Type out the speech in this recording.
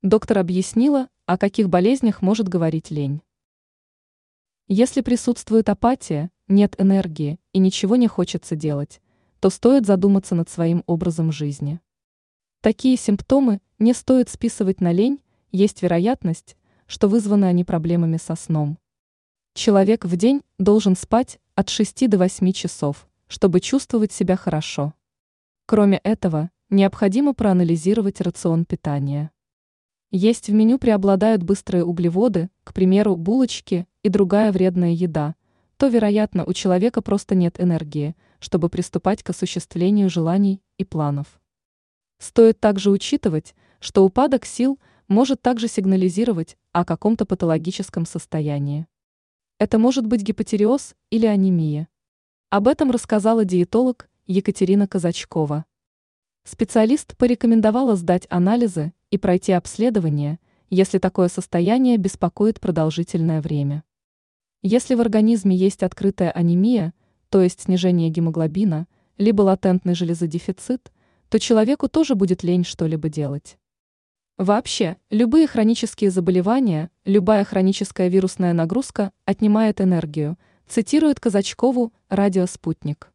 Доктор объяснила, о каких болезнях может говорить лень. Если присутствует апатия, нет энергии и ничего не хочется делать, то стоит задуматься над своим образом жизни. Такие симптомы не стоит списывать на лень, есть вероятность, что вызваны они проблемами со сном. Человек в день должен спать от 6 до 8 часов, чтобы чувствовать себя хорошо. Кроме этого, необходимо проанализировать рацион питания. Есть в меню преобладают быстрые углеводы, к примеру, булочки и другая вредная еда, то, вероятно, у человека просто нет энергии, чтобы приступать к осуществлению желаний и планов. Стоит также учитывать, что упадок сил может также сигнализировать о каком-то патологическом состоянии. Это может быть гипотиреоз или анемия. Об этом рассказала диетолог Екатерина Казачкова. Специалист порекомендовала сдать анализы и пройти обследование, если такое состояние беспокоит продолжительное время. Если в организме есть открытая анемия, то есть снижение гемоглобина, либо латентный железодефицит, то человеку тоже будет лень что-либо делать. Вообще, любые хронические заболевания, любая хроническая вирусная нагрузка отнимает энергию, цитирует Казачкову «Радио Спутник».